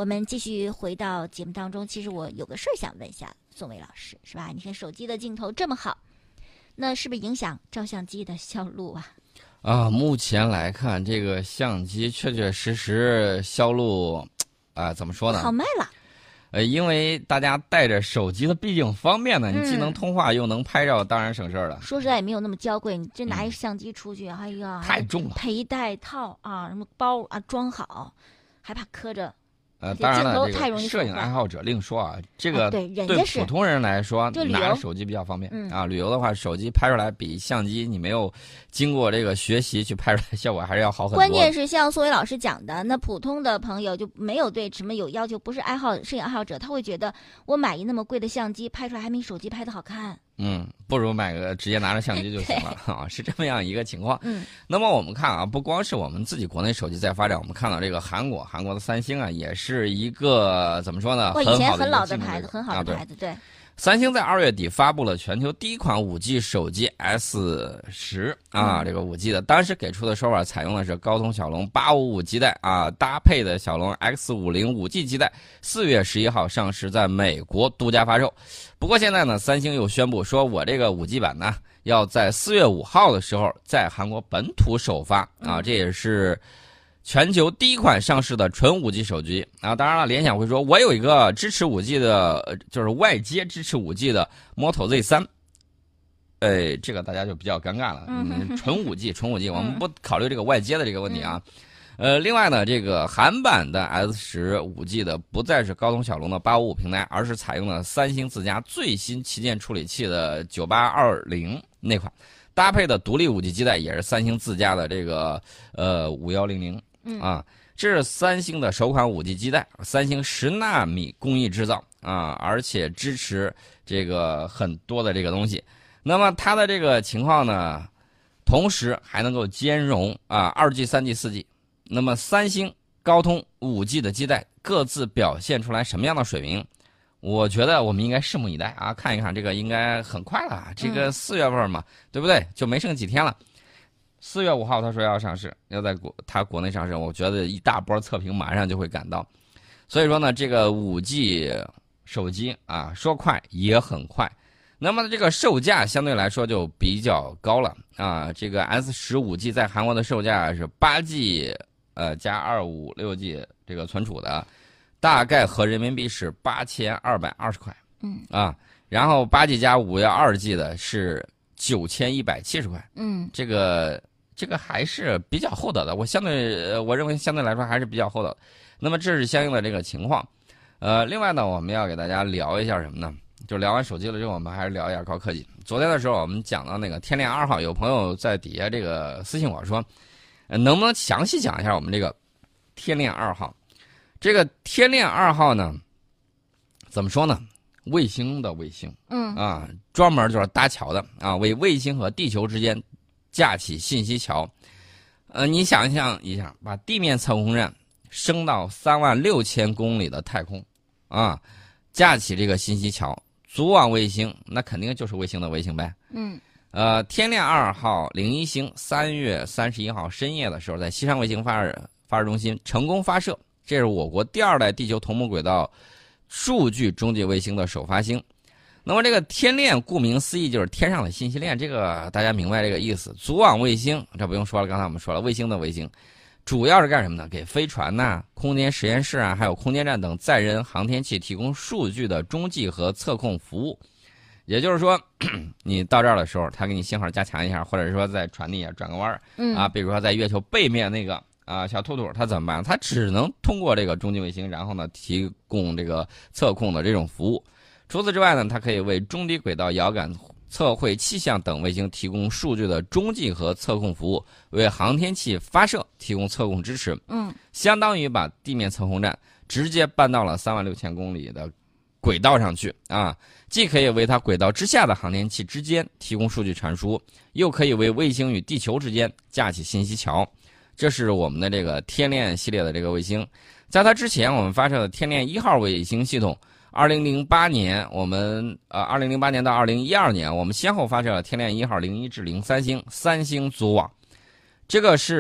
我们继续回到节目当中，其实我有个事儿想问一下宋伟老师，是吧？你看手机的镜头这么好，那是不是影响照相机的销路啊？ 目前来看，这个相机确确实实销路，怎么说呢？ 好卖了。 因为大家带着手机的毕竟方便呢，你既能通话又能拍照，当然省事儿了。 说实在也没有那么娇贵，你这拿一相机出去，哎呀， 太重了， 陪带套啊，什么包啊装好，还怕磕着。 当然了， 这个摄影爱好者另说啊，这个对普通人来说，拿着手机比较方便旅游的话，手机拍出来比相机你没有经过这个学习去拍出来效果还是要好很多。 关键是像宋伟老师讲的，那普通的朋友就没有对什么有要求，不是摄影爱好者，他会觉得我买一那么贵的相机拍出来还没手机拍的好看。 不如买个直接拿着相机就行了啊，是这么样一个情况。那么我们看啊，不光是我们自己国内手机在发展，我们看到这个韩国的三星啊，也是一个怎么说呢？ 以前很老的牌子，很好的牌子，对。 三星在2月底发布了全球第一款5G 手机 S10这个5G 的，当时给出的说法采用的是高通骁龙855基带搭配的骁龙 X50 5G 基带，4月11号上市，在美国独家发售。不过现在呢，三星又宣布说，我这个5G 版呢，要在4月5号的时候在韩国本土首发这也是全球第一款上市的纯5G 手机当然了，联想会说，我有一个支持5G 的，就是外接支持5G 的 Moto Z3。这个大家就比较尴尬了。纯 5G， 我们不考虑这个外接的这个问题啊。另外呢，这个韩版的 S10 5G 的不再是高通骁龙的855平台，而是采用了三星自家最新旗舰处理器的9820那款，搭配的独立5G 基带也是三星自家的这个5100。这是三星的首款5G 基带，三星10纳米工艺制造而且支持这个很多的这个东西。那么它的这个情况呢，同时还能够兼容2G、3G、4G。那么三星、高通 5G 的基带各自表现出来什么样的水平？我觉得我们应该拭目以待看一看，这个应该很快了，这个4月份嘛，对不对？就没剩几天了。4月5号他说要上市，要在他国内上市，我觉得一大波测评马上就会赶到。所以说呢，这个5G 手机说快也很快。那么这个售价相对来说就比较高了这个 S10 5G 在韩国的售价是8G加256G 这个存储的，大概合人民币是8220块。然后8G 加512G 的是9170块。这个还是比较厚道的，我认为相对来说还是比较厚道的。那么这是相应的这个情况。另外呢，我们要给大家聊一下什么呢？就聊完手机了之后，我们还是聊一下高科技。昨天的时候，我们讲到那个天链2号，有朋友在底下这个私信我说，能不能详细讲一下我们这个天链2号？这个天链2号呢，怎么说呢？卫星的卫星，专门就是搭桥的为卫星和地球之间架起信息桥。你想象一下，把地面测控站升到36000公里的太空架起这个信息桥，组网卫星，那肯定就是卫星的卫星呗。天链2号01星3月31号深夜的时候，在西昌卫星发射中心成功发射，这是我国第2代地球同步轨道数据中继卫星的首发星。那么这个天链顾名思义就是天上的信息链，这个大家明白这个意思。组网卫星这不用说了，刚才我们说了，卫星的卫星主要是干什么呢？给飞船空间实验室还有空间站等载人航天器提供数据的中继和测控服务。也就是说，你到这儿的时候，它给你信号加强一下，或者说在船底下转个弯比如说在月球背面那个小兔兔，它怎么办？它只能通过这个中继卫星，然后呢提供这个测控的这种服务。除此之外呢，它可以为中低轨道遥感测绘气象等卫星提供数据的中继和测控服务，为航天器发射提供测控支持。相当于把地面测控站直接搬到了36000公里的轨道上去既可以为它轨道之下的航天器之间提供数据传输，又可以为卫星与地球之间架起信息桥。这是我们的这个天链系列的这个卫星。在它之前，我们发射的天链1号卫星系统，2008年我们2008年到2012年，我们先后发射了天链1号01至03星3星组网。这个是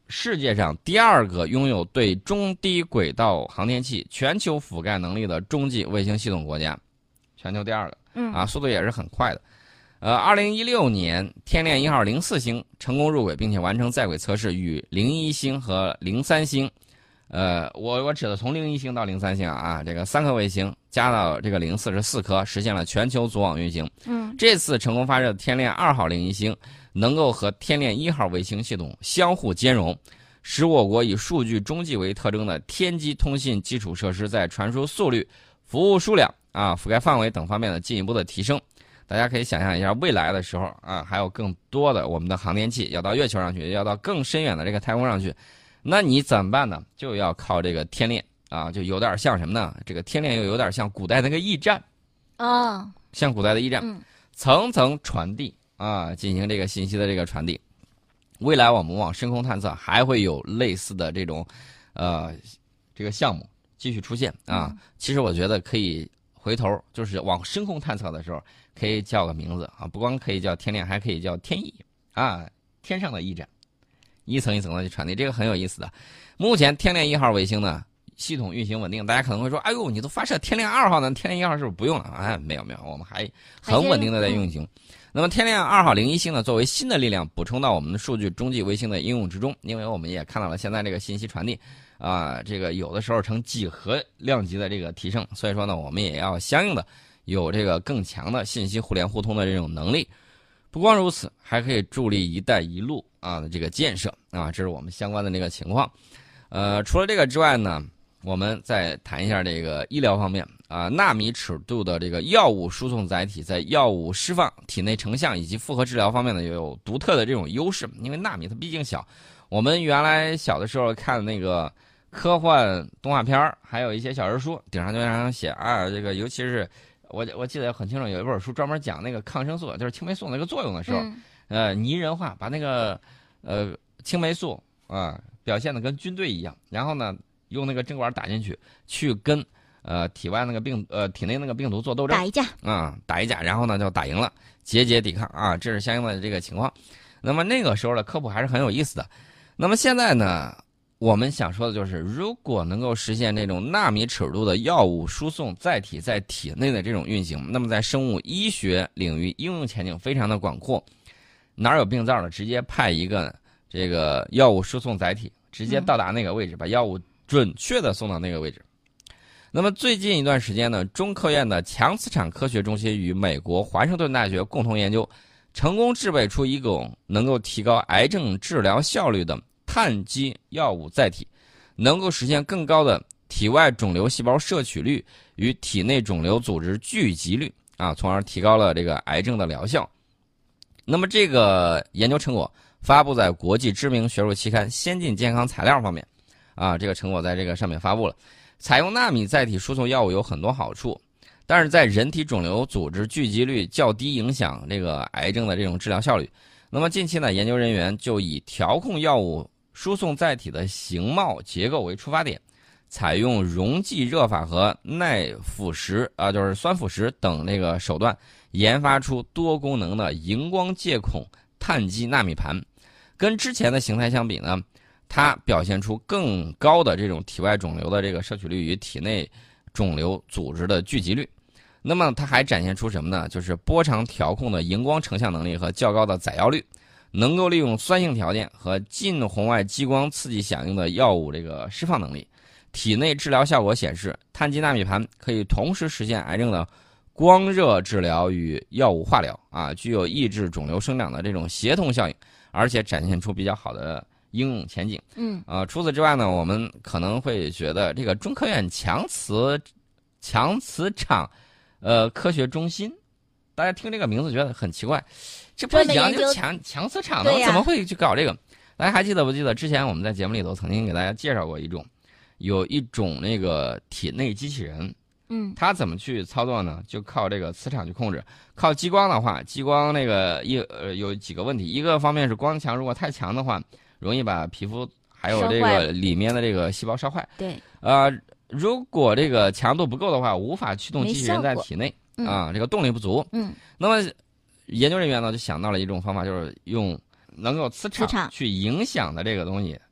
世界上第2个拥有对中低轨道航天器全球覆盖能力的中继卫星系统国家，全球第2个，速度也是很快的。2016年，天链1号04星成功入轨，并且完成在轨测试，与01星和03星，我指的从01星到03星啊，这个3颗卫星加到这个04是4颗，实现了全球组网运行。这次成功发射的天链2号01星能够和天链1号卫星系统相互兼容，使我国以数据中继为特征的天基通信基础设施在传输速率、服务数量覆盖范围等方面的进一步的提升。大家可以想象一下，未来的时候还有更多的我们的航天器要到月球上去，要到更深远的这个太空上去，那你怎么办呢？就要靠这个天链就有点像什么呢？这个天链又有点像古代那个驿站像古代的驿站，层层传递进行这个信息的这个传递。未来我们往深空探测还会有类似的这种这个项目继续出现其实我觉得可以回头就是往深空探测的时候可以叫个名字不光可以叫天链，还可以叫天驿天上的驿站，一层一层的去传递，这个很有意思的。目前天链1号卫星呢系统运行稳定，大家可能会说，哎呦，你都发射天链2号呢，天链1号是不是不用了？没有，我们还很稳定的在运行。那么天链2号01星呢，作为新的力量补充到我们的数据中继卫星的应用之中，因为我们也看到了现在这个信息传递这个有的时候呈几何量级的这个提升，所以说呢，我们也要相应的有这个更强的信息互联互通的这种能力。不光如此，还可以助力一带一路的这个建设这是我们相关的这个情况。除了这个之外呢，我们再谈一下这个医疗方面纳米尺度的这个药物输送载体在药物释放、体内成像以及复合治疗方面呢，有独特的这种优势。因为纳米它毕竟小，我们原来小的时候看那个科幻动画片还有一些小人书，顶上就上写这个尤其是我记得很清楚，有一本书专门讲那个抗生素，就是青霉素那个作用的时候，拟人化，把那个青霉素表现的跟军队一样，然后呢用那个针管打进去跟体外那个体内那个病毒做斗争，打一架，然后呢就打赢了，节抵抗这是相应的这个情况。那么那个时候的科普还是很有意思的。那么现在呢，我们想说的就是，如果能够实现这种纳米尺度的药物输送载体在体内的这种运行，那么在生物医学领域应用前景非常的广阔。哪有病灶了，直接派一个这个药物输送载体直接到达那个位置，把药物准确的送到那个位置。那么最近一段时间呢，中科院的强磁场科学中心与美国华盛顿大学共同研究，成功制备出一种能够提高癌症治疗效率的碳基药物载体，能够实现更高的体外肿瘤细胞摄取率与体内肿瘤组织聚集率从而提高了这个癌症的疗效。那么这个研究成果发布在国际知名学术期刊《先进健康材料》方面这个成果在这个上面发布了。采用纳米载体输送药物有很多好处，但是在人体肿瘤组织聚集率较低，影响这个癌症的这种治疗效率。那么近期呢，研究人员就以调控药物输送载体的形貌结构为出发点，采用溶剂热法和耐腐蚀就是酸腐蚀等那个手段，研发出多功能的荧光介孔碳基纳米盘。跟之前的形态相比呢，它表现出更高的这种体外肿瘤的这个摄取率与体内肿瘤组织的聚集率。那么它还展现出什么呢？就是波长调控的荧光成像能力和较高的载药率，能够利用酸性条件和近红外激光刺激响应的药物这个释放能力。体内治疗效果显示，碳基纳米盘可以同时实现癌症的光热治疗与药物化疗具有抑制肿瘤生长的这种协同效应，而且展现出比较好的应用前景。除此之外呢，我们可能会觉得这个中科院强磁场科学中心，大家听这个名字觉得很奇怪，这不是研究强磁场的，怎么会去搞这个？大家还记得不记得之前我们在节目里头曾经给大家介绍过有一种那个体内机器人，它怎么去操作呢？就靠这个磁场去控制。靠激光的话，激光那个有几个问题，一个方面是光强，如果太强的话，容易把皮肤还有这个里面的这个细胞烧坏。 对， 如果这个强度不够的话，无法驱动机器人在体内这个动力不足。那么研究人员呢就想到了一种方法，就是用能够磁场去影响的这个东西，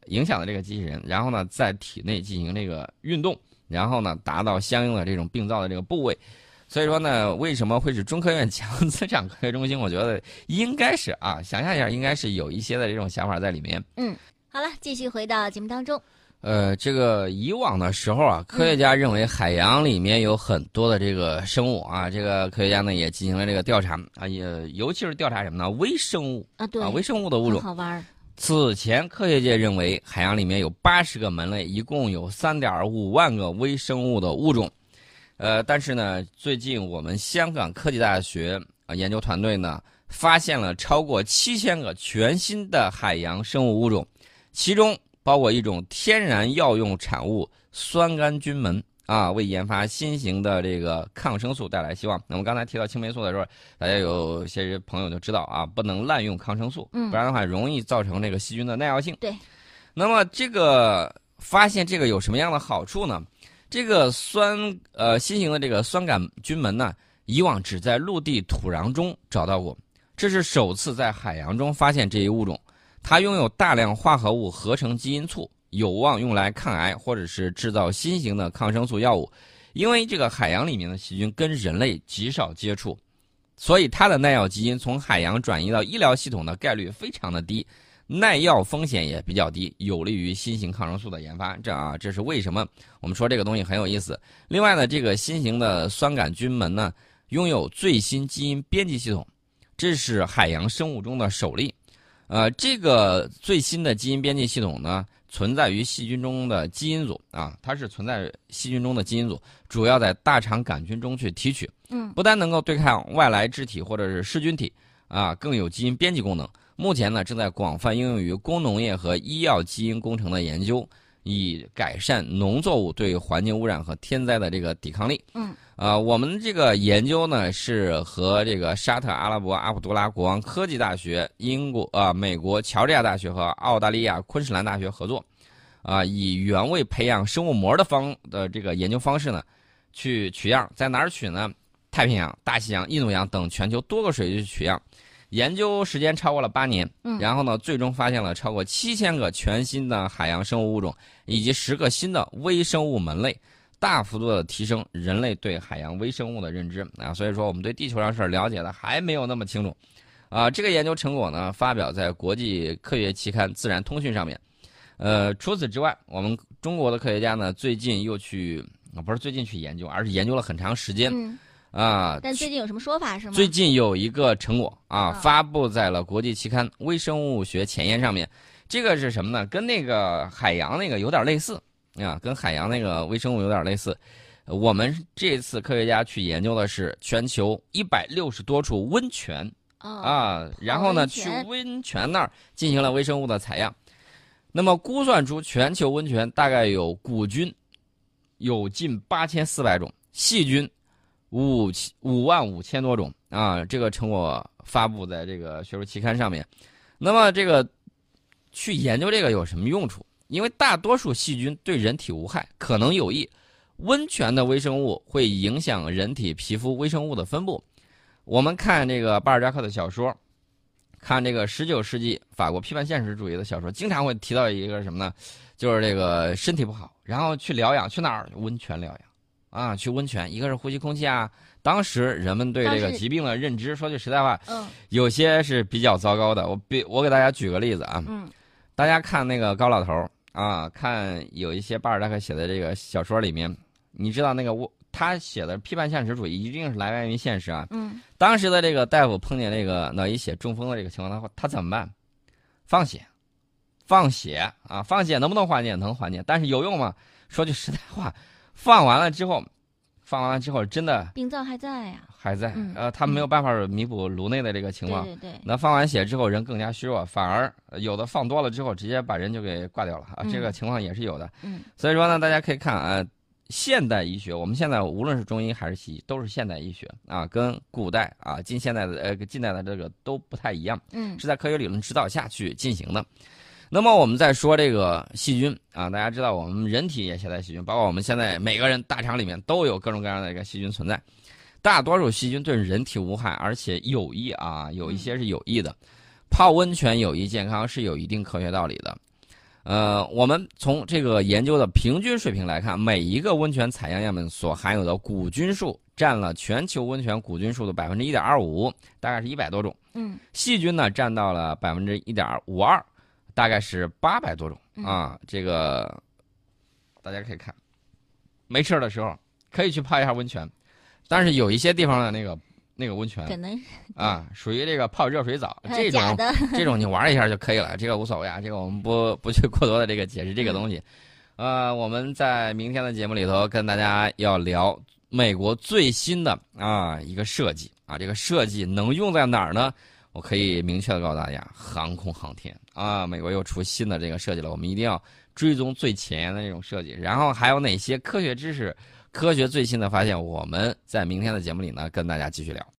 影响的这个机器人，然后呢在体内进行这个运动，然后呢达到相应的这种病灶的这个部位。所以说呢，为什么会是中科院强磁场科学中心？我觉得应该是想象一下，应该是有一些的这种想法在里面。 好了，继续回到节目当中。 这个以往的时候科学家认为海洋里面有很多的这个生物这个科学家呢也进行了这个调查也尤其是调查什么呢？微生物对微生物的物种。 好玩。 此前科学界认为海洋里面有80个门类，一共有3.5万个微生物的物种。但是呢，最近我们香港科技大学研究团队呢发现了超过7000个全新的海洋生物物种，其中包括一种天然药用产物酸杆菌门为研发新型的这个抗生素带来希望。那么刚才提到青霉素的时候，大家有些朋友就知道不能滥用抗生素，不然的话容易造成这个细菌的耐药性。 对。 那么这个发现这个有什么样的好处呢？这个新型的这个酸杆菌门呢，以往只在陆地土壤中找到过，这是首次在海洋中发现这一物种。它拥有大量化合物合成基因簇，有望用来抗癌或者是制造新型的抗生素药物。因为这个海洋里面的细菌跟人类极少接触，所以它的耐药基因从海洋转移到医疗系统的概率非常的低，耐药风险也比较低，有利于新型抗生素的研发。这是为什么我们说这个东西很有意思。另外呢，这个新型的酸杆菌门呢，拥有最新基因编辑系统，这是海洋生物中的首例。这个最新的基因编辑系统呢，存在于细菌中的基因组它是存在细菌中的基因组，主要在大肠杆菌中去提取。不但能够对抗外来致体或者是噬菌体更有基因编辑功能。目前呢，正在广泛应用于工农业和医药基因工程的研究，以改善农作物对环境污染和天灾的这个抵抗力。我们这个研究呢是和这个沙特阿拉伯阿卜杜拉国王科技大学、美国乔治亚大学和澳大利亚昆士兰大学合作，以原位培养生物膜的这个研究方式呢，去取样，在哪儿取呢？太平洋、大西洋、印度洋等全球多个水域取样。研究时间超过了8年，然后呢，最终发现了超过7000个全新的海洋生物物种，以及10个新的微生物门类，大幅度的提升人类对海洋微生物的认知所以说我们对地球上事了解的还没有那么清楚这个研究成果呢，发表在国际科学期刊《自然通讯》上面。除此之外，我们中国的科学家呢，最近又不是最近去研究，而是研究了很长时间。 但最近有什么说法是吗？ 最近有一个成果发布在了国际期刊《微生物学前沿》上面。这个是什么呢？跟那个海洋那个有点类似跟海洋那个微生物有点类似。我们这次科学家去研究的是全球160多处温泉然后呢去温泉那儿进行了微生物的采样。那么估算出全球温泉大概有古菌有近8400种，细菌55000多种这个成果发布在这个学术期刊上面。那么这个去研究这个有什么用处？因为大多数细菌对人体无害，可能有益。温泉的微生物会影响人体皮肤微生物的分布。我们看这个巴尔扎克的小说，看这个19世纪法国批判现实主义的小说，经常会提到一个什么呢？就是这个身体不好，然后去疗养，去哪儿？温泉疗养去温泉，一个是呼吸空气当时人们对这个疾病的认知，说句实在话，有些是比较糟糕的。我给大家举个例子大家看那个高老头看有一些巴尔扎克写的这个小说里面，你知道那个他写的批判现实主义一定是来源于现实当时的这个大夫碰见这个脑溢血中风的这个情况，他怎么办？放血放血能不能缓解？能缓解，但是有用吗？说句实在话，放完了之后真的病灶还在还在他没有办法弥补颅内的这个情况。 对， 那放完血之后人更加虚弱，反而有的放多了之后直接把人就给挂掉了这个情况也是有的。所以说呢，大家可以看现代医学，我们现在无论是中医还是西医，都是现代医学跟古代近代的这个都不太一样，是在科学理论指导下去进行的。那么我们再说这个细菌大家知道我们人体也携带细菌，包括我们现在每个人大肠里面都有各种各样的这个细菌存在。大多数细菌对人体无害，而且有益有一些是有益的。泡温泉有益健康是有一定科学道理的。 我们从这个研究的平均水平来看，每一个温泉采样样本所含有的古菌数占了全球温泉古菌数的1.25%，大概是100多种。细菌呢占到了1.52%，大概是800多种啊。这个大家可以看，没事的时候可以去泡一下温泉，但是有一些地方的那个温泉可能啊，属于这个泡热水澡，这种你玩一下就可以了，这个无所谓啊，这个我们不去过多的这个解释这个东西。我们在明天的节目里头跟大家要聊美国最新的一个设计啊，这个设计能用在哪儿呢？我可以明确的告诉大家，航空航天啊，美国又出新的这个设计了，我们一定要追踪最前沿的这种设计，然后还有哪些科学知识、科学最新的发现，我们在明天的节目里呢跟大家继续聊。